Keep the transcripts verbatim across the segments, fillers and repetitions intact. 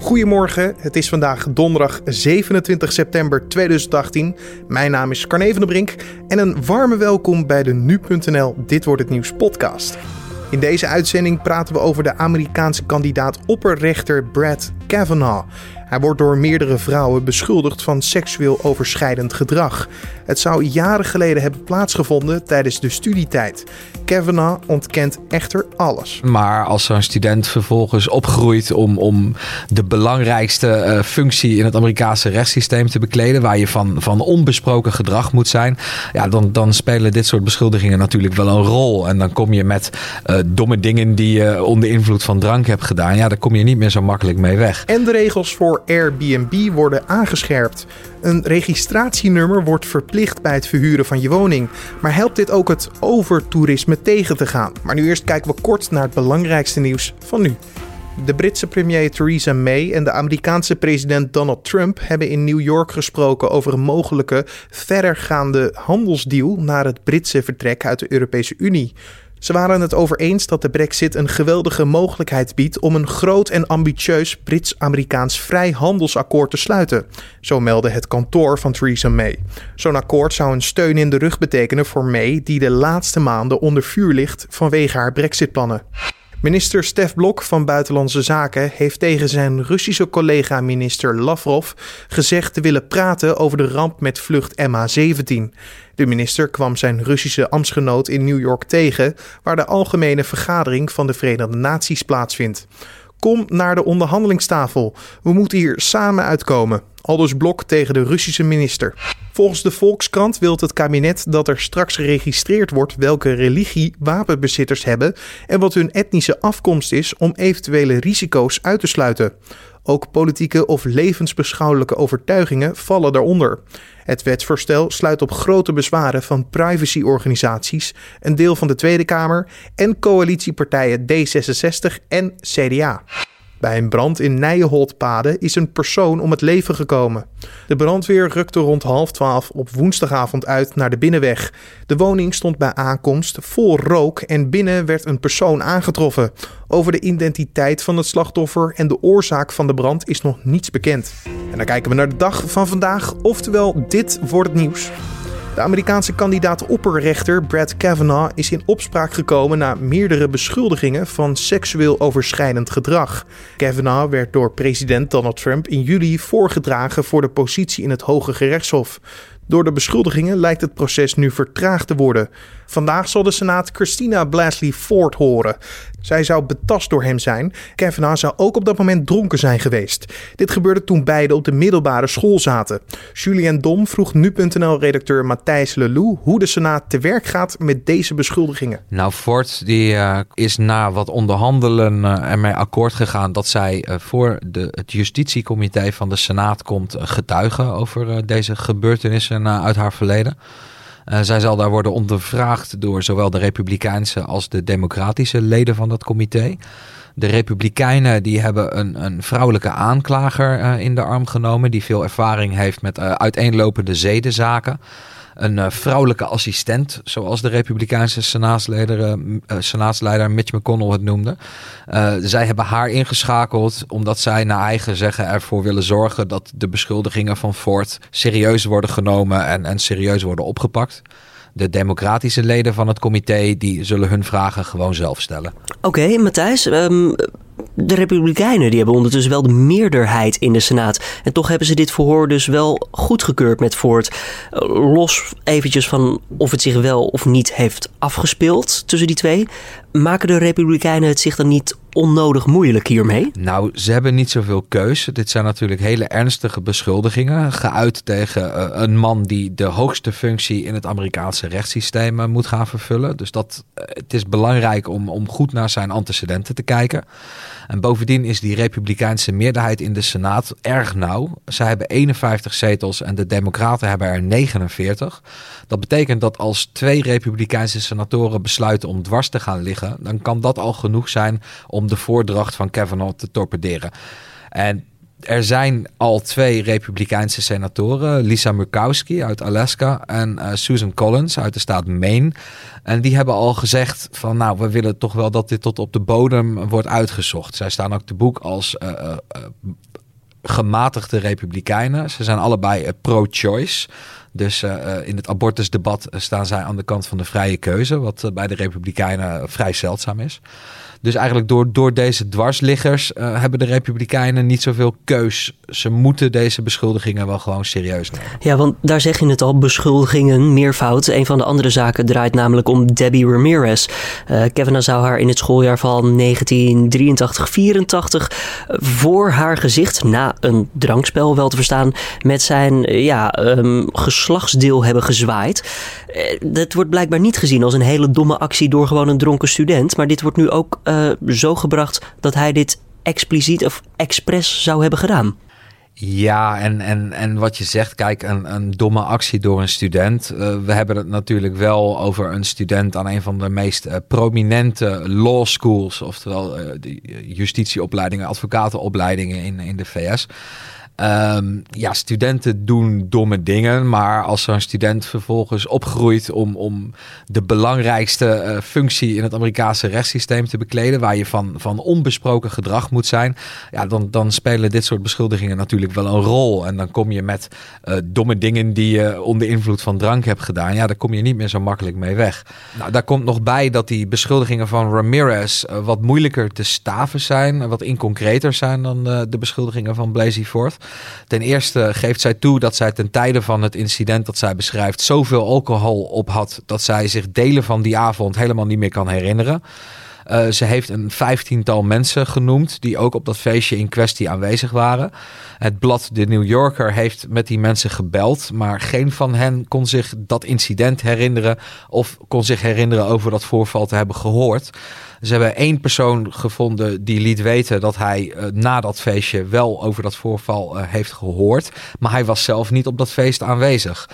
Goedemorgen, het is vandaag donderdag zevenentwintig september tweeduizend achttien. Mijn naam is Carne van der Brink en een warme welkom bij de nu punt n l Dit wordt het nieuws podcast. In deze uitzending praten we over de Amerikaanse kandidaat opperrechter Brett Kavanaugh. Hij wordt door meerdere vrouwen beschuldigd van seksueel overschrijdend gedrag. Het zou jaren geleden hebben plaatsgevonden tijdens de studietijd. Kavanaugh ontkent echter alles. Maar als zo'n student vervolgens opgroeit om, om de belangrijkste uh, functie in het Amerikaanse rechtssysteem te bekleden, waar je van, van onbesproken gedrag moet zijn, ja, dan, dan spelen dit soort beschuldigingen natuurlijk wel een rol. En dan kom je met uh, domme dingen die je onder invloed van drank hebt gedaan. Ja, daar kom je niet meer zo makkelijk mee weg. En de regels voor Airbnb worden aangescherpt. Een registratienummer wordt verplicht bij het verhuren van je woning. Maar helpt dit ook het overtoerisme tegen te gaan? Maar nu eerst kijken we kort naar het belangrijkste nieuws van nu. De Britse premier Theresa May en de Amerikaanse president Donald Trump hebben in New York gesproken over een mogelijke verdergaande handelsdeal naar het Britse vertrek uit de Europese Unie. Ze waren het over eens dat de Brexit een geweldige mogelijkheid biedt om een groot en ambitieus Brits-Amerikaans vrijhandelsakkoord te sluiten. Zo meldde het kantoor van Theresa May. Zo'n akkoord zou een steun in de rug betekenen voor May, die de laatste maanden onder vuur ligt vanwege haar Brexit-plannen. Minister Stef Blok van Buitenlandse Zaken heeft tegen zijn Russische collega minister Lavrov gezegd te willen praten over de ramp met vlucht M H zeventien. De minister kwam zijn Russische ambtsgenoot in New York tegen, waar de algemene vergadering van de Verenigde Naties plaatsvindt. Kom naar de onderhandelingstafel. We moeten hier samen uitkomen. Aldus Blok tegen de Russische minister. Volgens de Volkskrant wil het kabinet dat er straks geregistreerd wordt welke religie wapenbezitters hebben en wat hun etnische afkomst is om eventuele risico's uit te sluiten. Ook politieke of levensbeschouwelijke overtuigingen vallen daaronder. Het wetsvoorstel sluit op grote bezwaren van privacyorganisaties, een deel van de Tweede Kamer en coalitiepartijen D zesenzestig en C D A. Bij een brand in Nijenholtpade is een persoon om het leven gekomen. De brandweer rukte rond half twaalf op woensdagavond uit naar de binnenweg. De woning stond bij aankomst vol rook en binnen werd een persoon aangetroffen. Over de identiteit van het slachtoffer en de oorzaak van de brand is nog niets bekend. En dan kijken we naar de dag van vandaag, oftewel dit wordt het nieuws. De Amerikaanse kandidaat opperrechter Brett Kavanaugh is in opspraak gekomen na meerdere beschuldigingen van seksueel overschrijdend gedrag. Kavanaugh werd door president Donald Trump in juli voorgedragen voor de positie in het Hoge Gerechtshof. Door de beschuldigingen lijkt het proces nu vertraagd te worden. Vandaag zal de Senaat Christina Blasey Ford horen. Zij zou betast door hem zijn. Kavanaugh zou ook op dat moment dronken zijn geweest. Dit gebeurde toen beiden op de middelbare school zaten. Julien Dom vroeg nu punt n l-redacteur Matthijs Lelou hoe de Senaat te werk gaat met deze beschuldigingen. Nou, Ford die, uh, is na wat onderhandelen uh, ermee akkoord gegaan dat zij uh, voor de, het justitiecomité van de Senaat komt uh, getuigen over uh, deze gebeurtenissen uh, uit haar verleden. Uh, zij zal daar worden ondervraagd door zowel de Republikeinse als de Democratische leden van dat comité. De Republikeinen die hebben een, een vrouwelijke aanklager uh, in de arm genomen die veel ervaring heeft met uh, uiteenlopende zedenzaken. Een uh, vrouwelijke assistent, zoals de Republikeinse senaatsleider, uh, senaatsleider Mitch McConnell het noemde. Uh, zij hebben haar ingeschakeld omdat zij naar eigen zeggen ervoor willen zorgen dat de beschuldigingen van Ford serieus worden genomen en, en serieus worden opgepakt. De democratische leden van het comité die zullen hun vragen gewoon zelf stellen. Oké, okay, Matthijs. Um, de Republikeinen die hebben ondertussen wel de meerderheid in de Senaat. En toch hebben ze dit verhoor dus wel goedgekeurd met Ford. Uh, los eventjes van of het zich wel of niet heeft afgespeeld tussen die twee. Maken de Republikeinen het zich dan niet onnodig moeilijk hiermee? Nou, ze hebben niet zoveel keus. Dit zijn natuurlijk hele ernstige beschuldigingen. Geuit tegen uh, een man die de hoogste functie in het Amerikaanse rechtssysteem uh, moet gaan vervullen. Dus dat, uh, het is belangrijk om, om goed naar zijn antecedenten te kijken. En bovendien is die Republikeinse meerderheid in de Senaat erg nauw. Zij hebben eenenvijftig zetels en de Democraten hebben er negenenveertig. Dat betekent dat als twee Republikeinse senatoren besluiten om dwars te gaan liggen, dan kan dat al genoeg zijn om de voordracht van Kavanaugh te torpederen. En er zijn al twee Republikeinse senatoren, Lisa Murkowski uit Alaska en uh, Susan Collins uit de staat Maine. En die hebben al gezegd van nou, we willen toch wel dat dit tot op de bodem wordt uitgezocht. Zij staan ook te boek als uh, uh, uh, gematigde Republikeinen. Ze zijn allebei uh, pro-choice. Dus uh, in het abortusdebat staan zij aan de kant van de vrije keuze, wat uh, bij de Republikeinen vrij zeldzaam is. Dus eigenlijk door, door deze dwarsliggers uh, hebben de Republikeinen niet zoveel keus. Ze moeten deze beschuldigingen wel gewoon serieus nemen. Ja, want daar zeg je het al, beschuldigingen, meervoud. Een van de andere zaken draait namelijk om Debbie Ramirez. Uh, Kavanaugh zou haar in het schooljaar van negentien drieëntachtig vierentachtig voor haar gezicht, na een drankspel wel te verstaan, met zijn ja, um, geslachtsdeel hebben gezwaaid. Uh, dat wordt blijkbaar niet gezien als een hele domme actie door gewoon een dronken student. Maar dit wordt nu ook uh, zo gebracht dat hij dit expliciet of expres zou hebben gedaan. Ja, en, en, en wat je zegt, kijk, een, een domme actie door een student. Uh, we hebben het natuurlijk wel over een student aan een van de meest uh, prominente law schools, oftewel uh, de justitieopleidingen, advocatenopleidingen in, in de V S. Um, ja, studenten doen domme dingen, maar als zo'n student vervolgens opgroeit om, om de belangrijkste uh, functie in het Amerikaanse rechtssysteem te bekleden, waar je van, van onbesproken gedrag moet zijn, ja, dan, dan spelen dit soort beschuldigingen natuurlijk wel een rol. En dan kom je met uh, domme dingen die je onder invloed van drank hebt gedaan, ja, daar kom je niet meer zo makkelijk mee weg. Nou, daar komt nog bij dat die beschuldigingen van Ramirez uh, wat moeilijker te staven zijn, wat inconcreter zijn dan uh, de beschuldigingen van Blasey Ford. Ten eerste geeft zij toe dat zij ten tijde van het incident dat zij beschrijft zoveel alcohol op had dat zij zich delen van die avond helemaal niet meer kan herinneren. Uh, ze heeft een vijftiental mensen genoemd die ook op dat feestje in kwestie aanwezig waren. Het blad The New Yorker heeft met die mensen gebeld, maar geen van hen kon zich dat incident herinneren of kon zich herinneren over dat voorval te hebben gehoord. Ze hebben één persoon gevonden die liet weten dat hij uh, na dat feestje wel over dat voorval uh, heeft gehoord, maar hij was zelf niet op dat feest aanwezig.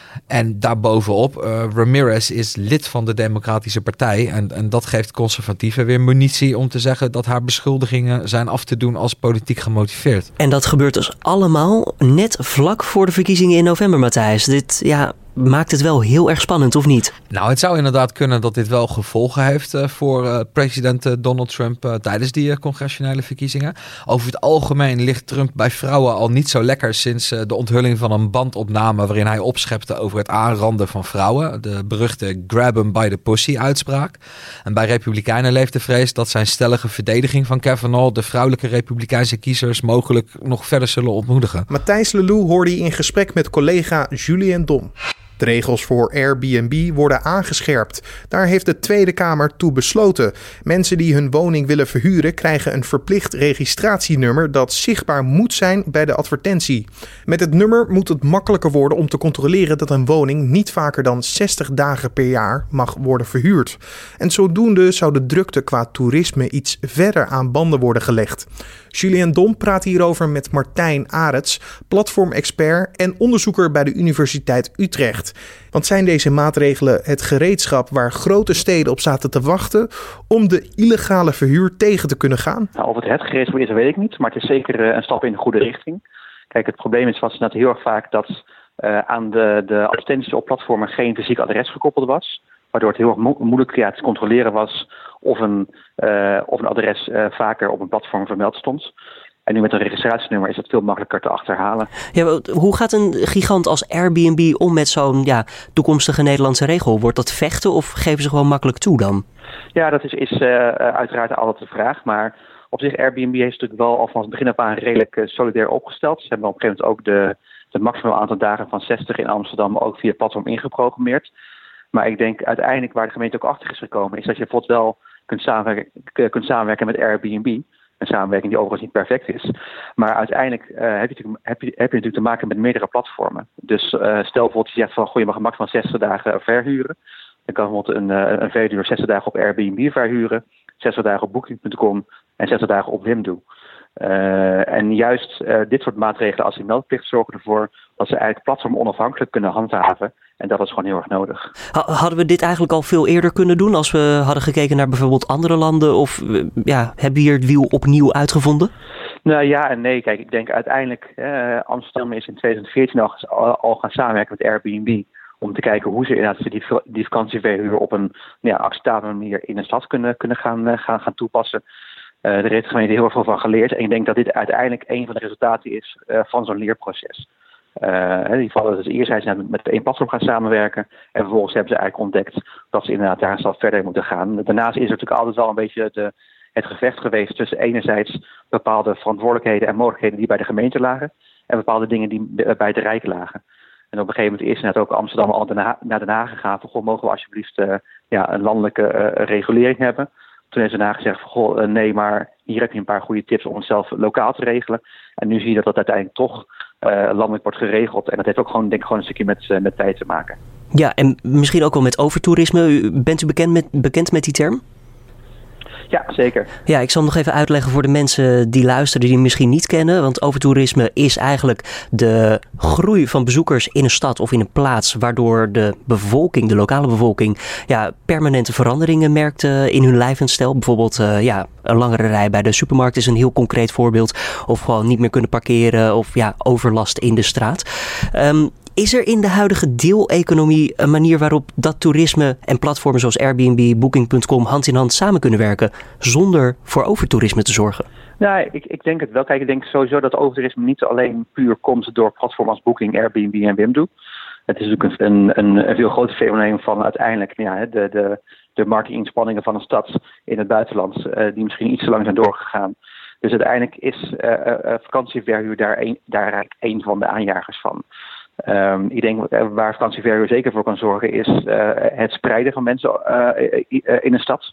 En daarbovenop, uh, Ramirez is lid van de Democratische Partij. En, en dat geeft conservatieven weer munitie om te zeggen dat haar beschuldigingen zijn af te doen als politiek gemotiveerd. En dat gebeurt dus allemaal net vlak voor de verkiezingen in november, Matthijs. Dit, ja, maakt het wel heel erg spannend, of niet? Nou, het zou inderdaad kunnen dat dit wel gevolgen heeft uh, voor uh, president uh, Donald Trump uh, tijdens die uh, congressionele verkiezingen. Over het algemeen ligt Trump bij vrouwen al niet zo lekker sinds uh, de onthulling van een bandopname waarin hij opschepte over het aanranden van vrouwen. De beruchte grab 'em by the pussy uitspraak. En bij Republikeinen leeft de vrees dat zijn stellige verdediging van Kavanaugh de vrouwelijke Republikeinse kiezers mogelijk nog verder zullen ontmoedigen. Matthijs Lelou hoorde je in gesprek met collega Julien Dom. De regels voor Airbnb worden aangescherpt. Daar heeft de Tweede Kamer toe besloten. Mensen die hun woning willen verhuren krijgen een verplicht registratienummer dat zichtbaar moet zijn bij de advertentie. Met het nummer moet het makkelijker worden om te controleren dat een woning niet vaker dan zestig dagen per jaar mag worden verhuurd. En zodoende zou de drukte qua toerisme iets verder aan banden worden gelegd. Julien Dom praat hierover met Martijn Arets, platformexpert en onderzoeker bij de Universiteit Utrecht. Want zijn deze maatregelen het gereedschap waar grote steden op zaten te wachten om de illegale verhuur tegen te kunnen gaan? Nou, of het het gereedschap is, dat weet ik niet, maar het is zeker een stap in de goede richting. Kijk, het probleem is was net heel erg vaak dat uh, aan de, de advertenties op platformen geen fysiek adres gekoppeld was, waardoor het heel erg mo- moeilijk ja, te controleren was of een, uh, of een adres uh, vaker op een platform vermeld stond. En nu met een registratienummer is het veel makkelijker te achterhalen. Ja, hoe gaat een gigant als Airbnb om met zo'n ja, toekomstige Nederlandse regel? Wordt dat vechten of geven ze gewoon makkelijk toe dan? Ja, dat is, is uh, uiteraard altijd de vraag. Maar op zich, Airbnb heeft natuurlijk wel al van het begin af aan redelijk uh, solidair opgesteld. Ze hebben op een gegeven moment ook de, de maximaal aantal dagen van zestig in Amsterdam ook via het platform ingeprogrammeerd. Maar ik denk uiteindelijk waar de gemeente ook achter is gekomen, is dat je bijvoorbeeld wel kunt samenwerken, kunt samenwerken met Airbnb. Een samenwerking die overigens niet perfect is. Maar uiteindelijk uh, heb, je heb, je, heb je natuurlijk te maken met meerdere platformen. Dus uh, stel bijvoorbeeld je zegt van goh, je mag maximaal zestig dagen verhuren. Dan kan bijvoorbeeld een, uh, een verhuurder zestig dagen op Airbnb verhuren, zestig dagen op booking punt com en zestig dagen op Wimdu. Uh, en juist uh, dit soort maatregelen als die meldplicht zorgen ervoor dat ze eigenlijk platform onafhankelijk kunnen handhaven. En dat is gewoon heel erg nodig. Hadden we dit eigenlijk al veel eerder kunnen doen als we hadden gekeken naar bijvoorbeeld andere landen? Of ja, hebben we hier het wiel opnieuw uitgevonden? Nou ja en nee. Kijk, ik denk uiteindelijk... Uh, Amsterdam is in twintig veertien al, al gaan samenwerken met Airbnb... om te kijken hoe ze inderdaad die, die vakantieverhuur op een ja, acceptabele manier in de stad kunnen, kunnen gaan, uh, gaan, gaan toepassen. Uh, daar heeft de gemeente heel erg veel van geleerd. En ik denk dat dit uiteindelijk een van de resultaten is uh, van zo'n leerproces. Uh, in ieder geval, dus eerst zijn ze met één platform gaan samenwerken. En vervolgens hebben ze eigenlijk ontdekt dat ze inderdaad daar een stap verder moeten gaan. Daarnaast is er natuurlijk altijd wel een beetje de, het gevecht geweest tussen enerzijds bepaalde verantwoordelijkheden en mogelijkheden die bij de gemeente lagen. En bepaalde dingen die bij de Rijk lagen. En op een gegeven moment is net ook Amsterdam al naar Den Haag gegaan. Van, goh, mogen we alsjeblieft uh, ja, een landelijke uh, regulering hebben. Toen heeft Den Haag gezegd van, goh, uh, nee, maar hier heb je een paar goede tips om het zelf lokaal te regelen. En nu zie je dat dat uiteindelijk toch uh, landelijk wordt geregeld. En dat heeft ook gewoon, denk ik, gewoon een stukje met, uh, met tijd te maken. Ja, en misschien ook wel met overtoerisme. Bent u bekend met, bekend met die term? Ja, zeker. Ja, ik zal hem nog even uitleggen voor de mensen die luisteren die hem misschien niet kennen. Want overtoerisme is eigenlijk de groei van bezoekers in een stad of in een plaats, waardoor de bevolking, de lokale bevolking, ja, permanente veranderingen merkt uh, in hun levensstijl. Bijvoorbeeld uh, ja, een langere rij bij de supermarkt is een heel concreet voorbeeld. Of gewoon niet meer kunnen parkeren of ja, overlast in de straat. Um, Is er in de huidige deeleconomie een manier waarop dat toerisme en platformen zoals Airbnb, Booking punt com hand in hand samen kunnen werken zonder voor overtoerisme te zorgen? Nou, ik, ik denk het wel. Kijk, ik denk sowieso dat overtoerisme niet alleen puur komt door platformen als Booking, Airbnb en Wimdu. Het is natuurlijk een, een, een veel groter fenomeen van uiteindelijk ja, de, de, de marketinginspanningen van een stad in het buitenland, uh, die misschien iets te lang zijn doorgegaan. Dus uiteindelijk is uh, uh, vakantieverhuur daar, een, daar eigenlijk een van de aanjagers van. Um, ik denk waar vakantieverhuur zeker voor kan zorgen is uh, het spreiden van mensen uh, in een stad.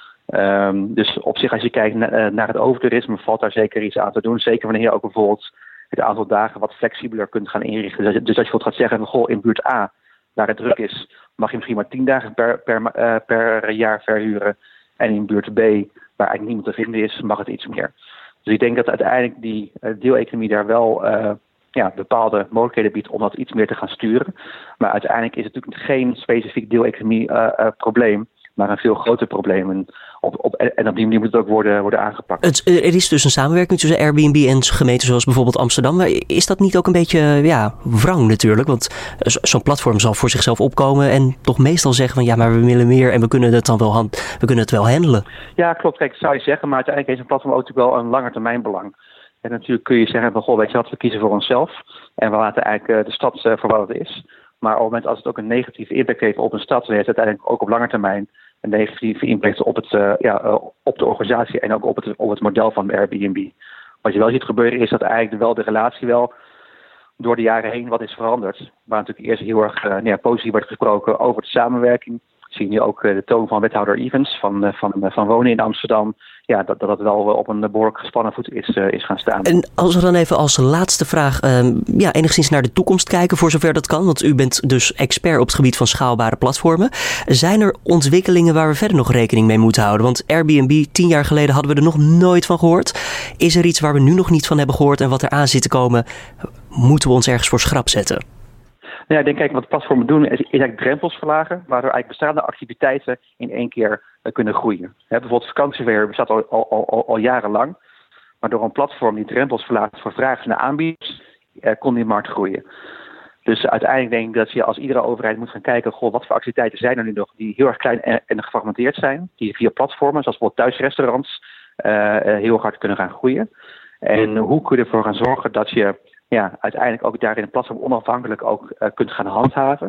Um, dus op zich als je kijkt na, naar het overtoerisme valt daar zeker iets aan te doen. Zeker wanneer je ook bijvoorbeeld het aantal dagen wat flexibeler kunt gaan inrichten. Dus, dus als je bijvoorbeeld gaat zeggen, goh, in buurt A, waar het druk is, mag je misschien maar tien dagen per, per, uh, per jaar verhuren. En in buurt B, waar eigenlijk niemand te vinden is, mag het iets meer. Dus ik denk dat uiteindelijk die uh, deeleconomie daar wel uh, ja, bepaalde mogelijkheden biedt om dat iets meer te gaan sturen. Maar uiteindelijk is het natuurlijk geen specifiek deeleconomie uh, uh, probleem, maar een veel groter probleem. En op, op, en op die manier moet het ook worden, worden aangepakt. Het, er is dus een samenwerking tussen Airbnb en gemeenten zoals bijvoorbeeld Amsterdam. Maar is dat niet ook een beetje ja, wrang natuurlijk? Want zo'n platform zal voor zichzelf opkomen en toch meestal zeggen van ja, maar we willen meer en we kunnen het dan wel, hand, we kunnen het wel handelen. Ja, klopt. Kijk, dat zou je zeggen. Maar uiteindelijk heeft een platform ook natuurlijk wel een langetermijnbelang. En natuurlijk kun je zeggen van goh, weet je wat, we kiezen voor onszelf. En we laten eigenlijk de stad voor wat het is. Maar op het moment als het ook een negatieve impact heeft op een stad, dan heeft het uiteindelijk ook op lange termijn een negatieve impact op, het, uh, ja, uh, op de organisatie en ook op het, op het model van Airbnb. Wat je wel ziet gebeuren is dat eigenlijk wel de relatie wel door de jaren heen wat is veranderd. Waar natuurlijk eerst heel erg uh, nou ja, positief wordt gesproken over de samenwerking. Zie je nu ook uh, de toon van wethouder Evans van, uh, van, uh, van Wonen in Amsterdam. Ja, dat dat wel op een behoorlijk gespannen voet is, uh, is gaan staan. En als we dan even als laatste vraag um, ja, enigszins naar de toekomst kijken, voor zover dat kan. Want u bent dus expert op het gebied van schaalbare platformen. Zijn er ontwikkelingen waar we verder nog rekening mee moeten houden? Want Airbnb, tien jaar geleden hadden we er nog nooit van gehoord. Is er iets waar we nu nog niet van hebben gehoord en wat er aan zit te komen? Moeten we ons ergens voor schrap zetten? Ja, ik denk, kijk, wat platformen doen is, is eigenlijk drempels verlagen, waardoor eigenlijk bestaande activiteiten in één keer uh, kunnen groeien. He, bijvoorbeeld vakantieverhuur bestaat al, al, al, al jarenlang, maar door een platform die drempels verlaagt voor vragers naar aanbieders, uh, kon die markt groeien. Dus uiteindelijk denk ik dat je als iedere overheid moet gaan kijken, goh, wat voor activiteiten zijn er nu nog die heel erg klein en, en gefragmenteerd zijn, die via platformen, zoals bijvoorbeeld thuisrestaurants, uh, uh, heel hard kunnen gaan groeien. En hoe kun je ervoor gaan zorgen dat je ja, uiteindelijk ook daarin een platform onafhankelijk ook uh, kunt gaan handhaven.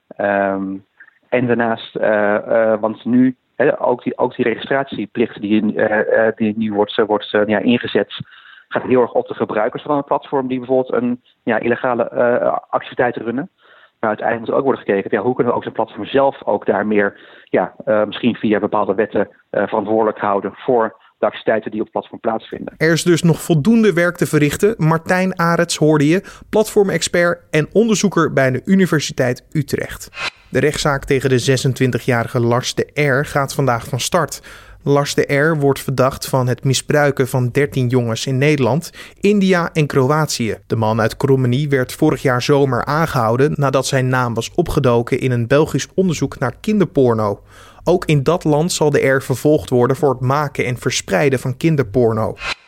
Um, en daarnaast, uh, uh, want nu, he, ook, die, ook die registratieplicht die, uh, uh, die nu wordt, uh, wordt uh, ja, ingezet, gaat heel erg op de gebruikers van een platform die bijvoorbeeld een ja, illegale uh, activiteit runnen. Maar uiteindelijk moet er ook worden gekeken, ja, hoe kunnen we ook zo'n platform zelf ook daar meer, ja, uh, misschien via bepaalde wetten uh, verantwoordelijk houden voor de activiteiten die op het platform plaatsvinden. Er is dus nog voldoende werk te verrichten. Martijn Arets hoorde je, platformexpert en onderzoeker bij de Universiteit Utrecht. De rechtszaak tegen de zesentwintigjarige Lars de R. gaat vandaag van start. Lars de R. wordt verdacht van het misbruiken van dertien jongens in Nederland, India en Kroatië. De man uit Krommenie werd vorig jaar zomer aangehouden nadat zijn naam was opgedoken in een Belgisch onderzoek naar kinderporno. Ook in dat land zal de R vervolgd worden voor het maken en verspreiden van kinderporno.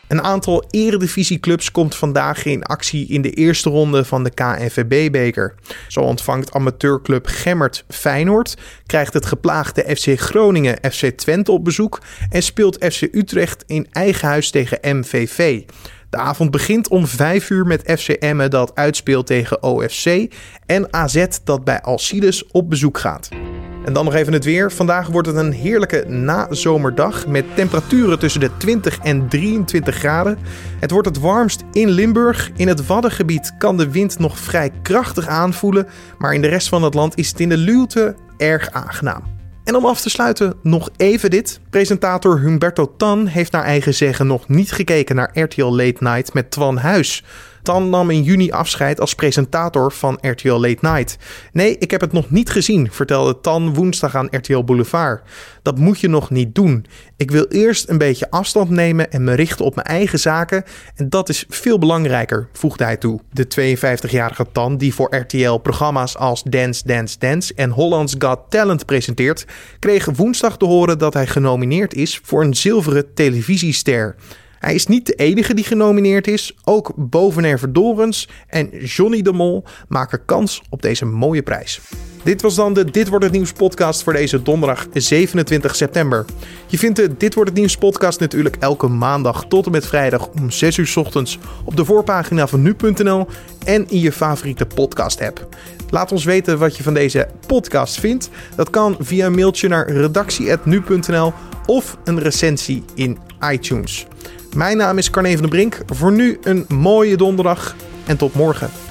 Een aantal eredivisieclubs komt vandaag in actie in de eerste ronde van de K N V B-beker. Zo ontvangt amateurclub Gemmert Feyenoord, krijgt het geplaagde F C Groningen F C Twente op bezoek en speelt F C Utrecht in eigen huis tegen M V V. De avond begint om vijf uur met F C Emmen dat uitspeelt tegen O F C en A Z dat bij Alcides op bezoek gaat. En dan nog even het weer. Vandaag wordt het een heerlijke nazomerdag met temperaturen tussen de twintig en drieëntwintig graden. Het wordt het warmst in Limburg. In het Waddengebied kan de wind nog vrij krachtig aanvoelen, maar in de rest van het land is het in de luwte erg aangenaam. En om af te sluiten nog even dit. Presentator Humberto Tan heeft naar eigen zeggen nog niet gekeken naar R T L Late Night met Twan Huis. Tan nam in juni afscheid als presentator van R T L Late Night. Nee, ik heb het nog niet gezien, vertelde Tan woensdag aan R T L Boulevard. Dat moet je nog niet doen. Ik wil eerst een beetje afstand nemen en me richten op mijn eigen zaken. En dat is veel belangrijker, voegde hij toe. De tweeënvijftigjarige Tan, die voor R T L programma's als Dance Dance Dance en Holland's Got Talent presenteert, kreeg woensdag te horen dat hij genomineerd is voor een zilveren televisiester. Hij is niet de enige die genomineerd is. Ook Bovenerve Dorens en Johnny de Mol maken kans op deze mooie prijs. Dit was dan de Dit Wordt Het Nieuws podcast voor deze donderdag zevenentwintig september. Je vindt de Dit Wordt Het Nieuws podcast natuurlijk elke maandag tot en met vrijdag om zes uur 's ochtends op de voorpagina van nu punt n l en in je favoriete podcast app. Laat ons weten wat je van deze podcast vindt. Dat kan via een mailtje naar redactie apenstaartje nu punt n l of een recensie in iTunes. Mijn naam is Carne van den Brink. Voor nu een mooie donderdag en tot morgen.